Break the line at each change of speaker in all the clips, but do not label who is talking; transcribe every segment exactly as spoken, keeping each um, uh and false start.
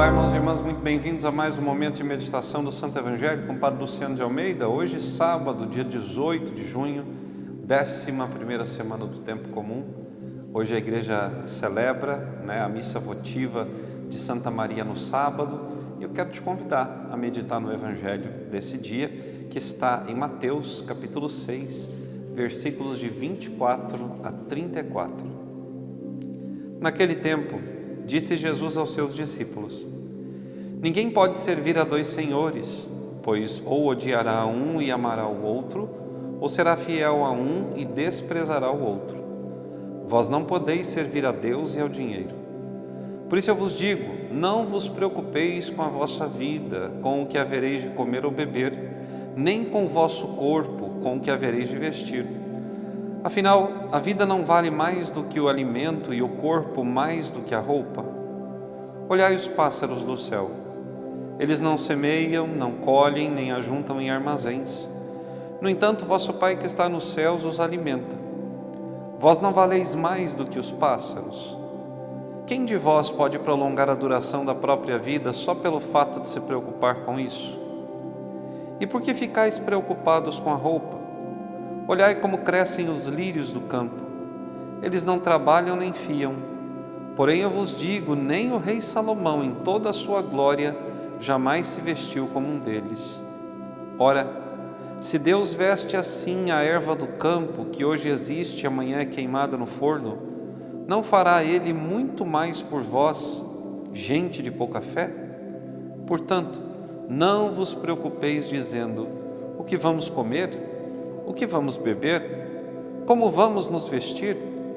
Irmãos e irmãs, muito bem-vindos a mais um momento de meditação do Santo Evangelho com o Padre Luciano de Almeida. Hoje, sábado, dia dezoito de junho, décima primeira semana do Tempo Comum. Hoje a igreja celebra, né, a missa votiva de Santa Maria no sábado, e eu quero te convidar a meditar no Evangelho desse dia, que está em Mateus, capítulo seis, versículos de vinte e quatro a trinta e quatro. Naquele tempo, disse Jesus aos seus discípulos: ninguém pode servir a dois senhores, pois ou odiará a um e amará o outro, ou será fiel a um e desprezará o outro. Vós não podeis servir a Deus e ao dinheiro. Por isso eu vos digo, não vos preocupeis com a vossa vida, com o que havereis de comer ou beber, nem com o vosso corpo, com o que havereis de vestir. Afinal, a vida não vale mais do que o alimento e o corpo mais do que a roupa. Olhai os pássaros do céu. Eles não semeiam, não colhem, nem ajuntam em armazéns. No entanto, vosso Pai que está nos céus os alimenta. Vós não valeis mais do que os pássaros. Quem de vós pode prolongar a duração da própria vida só pelo fato de se preocupar com isso? E por que ficais preocupados com a roupa? Olhai como crescem os lírios do campo. Eles não trabalham nem fiam. Porém eu vos digo, nem o rei Salomão, em toda a sua glória, jamais se vestiu como um deles. Ora, se Deus veste assim a erva do campo, que hoje existe e amanhã é queimada no forno, não fará Ele muito mais por vós, gente de pouca fé? Portanto, não vos preocupeis dizendo, o que vamos comer? O que vamos beber? Como vamos nos vestir?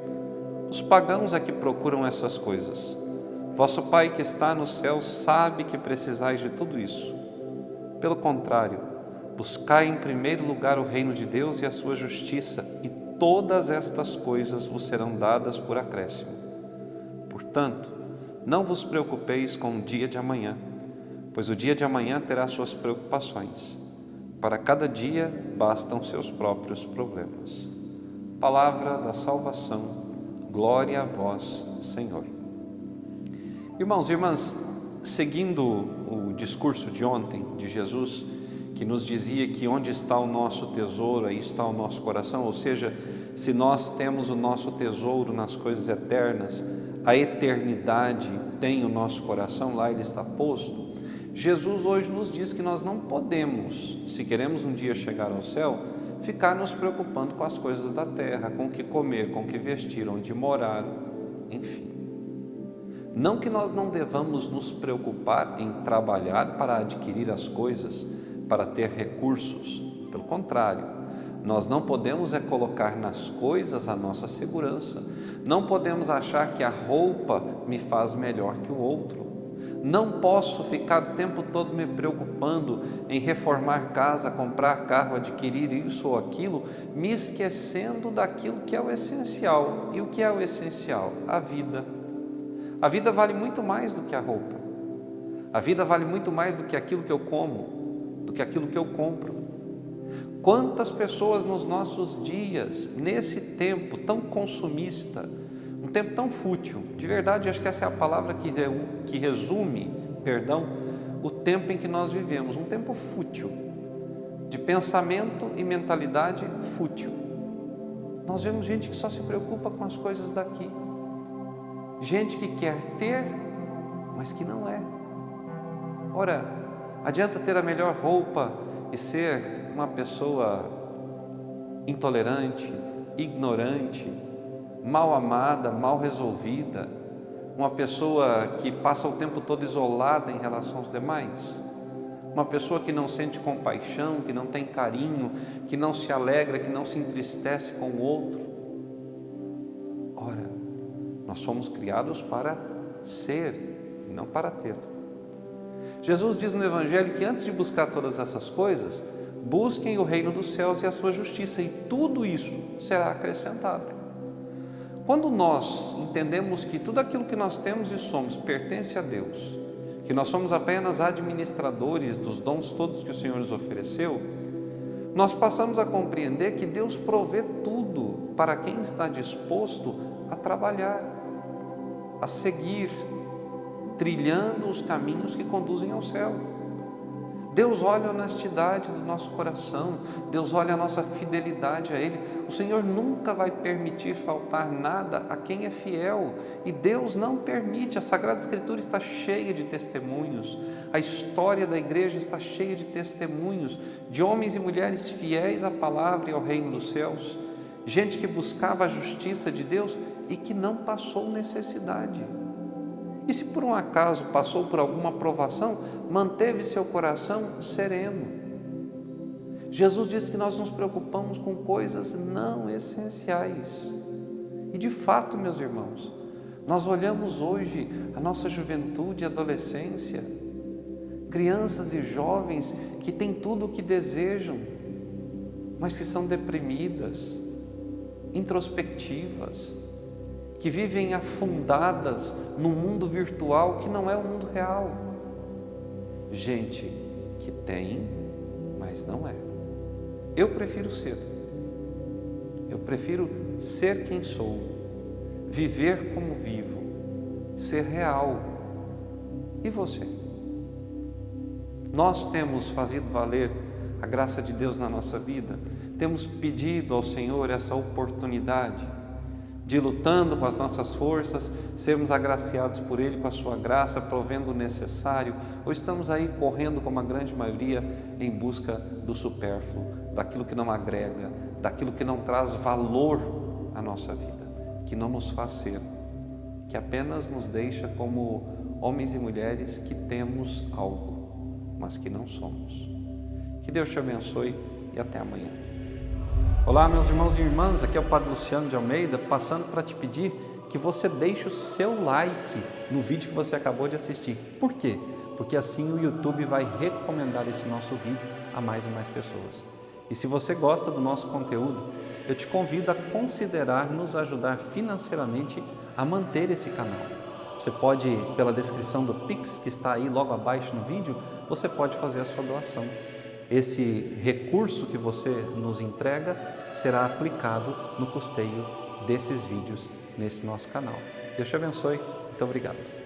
Os pagãos é que procuram essas coisas. Vosso Pai que está no céu sabe que precisais de tudo isso. Pelo contrário, buscai em primeiro lugar o reino de Deus e a sua justiça, e todas estas coisas vos serão dadas por acréscimo. Portanto, não vos preocupeis com o dia de amanhã, pois o dia de amanhã terá suas preocupações. Para cada dia bastam seus próprios problemas. Palavra da salvação, glória a vós, Senhor. Irmãos e irmãs, seguindo o discurso de ontem de Jesus, que nos dizia que onde está o nosso tesouro, aí está o nosso coração, ou seja, se nós temos o nosso tesouro nas coisas eternas, a eternidade tem o nosso coração, lá ele está posto. Jesus hoje nos diz que nós não podemos, se queremos um dia chegar ao céu, ficar nos preocupando com as coisas da terra, com o que comer, com o que vestir, onde morar, enfim. Não que nós não devamos nos preocupar em trabalhar para adquirir as coisas, para ter recursos. Pelo contrário, nós não podemos é colocar nas coisas a nossa segurança. Não podemos achar que a roupa me faz melhor que o outro. Não posso ficar o tempo todo me preocupando em reformar casa, comprar carro, adquirir isso ou aquilo, me esquecendo daquilo que é o essencial. E o que é o essencial? A vida. A vida vale muito mais do que a roupa. A vida vale muito mais do que aquilo que eu como, do que aquilo que eu compro. Quantas pessoas nos nossos dias, nesse tempo tão consumista, um tempo tão fútil, de verdade, acho que essa é a palavra que, que resume, perdão, o tempo em que nós vivemos, um tempo fútil, de pensamento e mentalidade fútil. Nós vemos gente que só se preocupa com as coisas daqui, gente que quer ter, mas que não é. Ora, adianta ter a melhor roupa e ser uma pessoa intolerante, ignorante, mal amada, mal resolvida, uma pessoa que passa o tempo todo isolada em relação aos demais, uma pessoa que não sente compaixão, que não tem carinho, que não se alegra, que não se entristece com o outro. Ora, nós somos criados para ser e não para ter. Jesus diz no Evangelho que antes de buscar todas essas coisas, busquem o reino dos céus e a sua justiça, e tudo isso será acrescentado. Quando nós entendemos que tudo aquilo que nós temos e somos pertence a Deus, que nós somos apenas administradores dos dons todos que o Senhor nos ofereceu, nós passamos a compreender que Deus provê tudo para quem está disposto a trabalhar, a seguir, trilhando os caminhos que conduzem ao céu. Deus olha a honestidade do nosso coração, Deus olha a nossa fidelidade a Ele. O Senhor nunca vai permitir faltar nada a quem é fiel, e Deus não permite. A Sagrada Escritura está cheia de testemunhos, a história da igreja está cheia de testemunhos, de homens e mulheres fiéis à palavra e ao reino dos céus, gente que buscava a justiça de Deus e que não passou necessidade. E se por um acaso passou por alguma provação, manteve seu coração sereno. Jesus disse que nós nos preocupamos com coisas não essenciais. E de fato, meus irmãos, nós olhamos hoje a nossa juventude e adolescência, crianças e jovens que têm tudo o que desejam, mas que são deprimidas, introspectivas, que vivem afundadas num mundo virtual que não é o mundo real. Gente que tem, mas não é. Eu prefiro ser. Eu prefiro ser quem sou, viver como vivo, ser real. E você? Nós temos fazido valer a graça de Deus na nossa vida? Temos pedido ao Senhor essa oportunidade de, lutando com as nossas forças, sermos agraciados por Ele com a sua graça, provendo o necessário, ou estamos aí correndo, como a grande maioria, em busca do supérfluo, daquilo que não agrega, daquilo que não traz valor à nossa vida, que não nos faz ser, que apenas nos deixa como homens e mulheres que temos algo, mas que não somos. Que Deus te abençoe e até amanhã. Olá, meus irmãos e irmãs, aqui é o Padre Luciano de Almeida, passando para te pedir que você deixe o seu like no vídeo que você acabou de assistir. Por quê? Porque assim o YouTube vai recomendar esse nosso vídeo a mais e mais pessoas. E se você gosta do nosso conteúdo, eu te convido a considerar nos ajudar financeiramente a manter esse canal. Você pode, pela descrição do Pix que está aí logo abaixo no vídeo, você pode fazer a sua doação. Esse recurso que você nos entrega será aplicado no custeio desses vídeos nesse nosso canal. Deus te abençoe. Muito obrigado.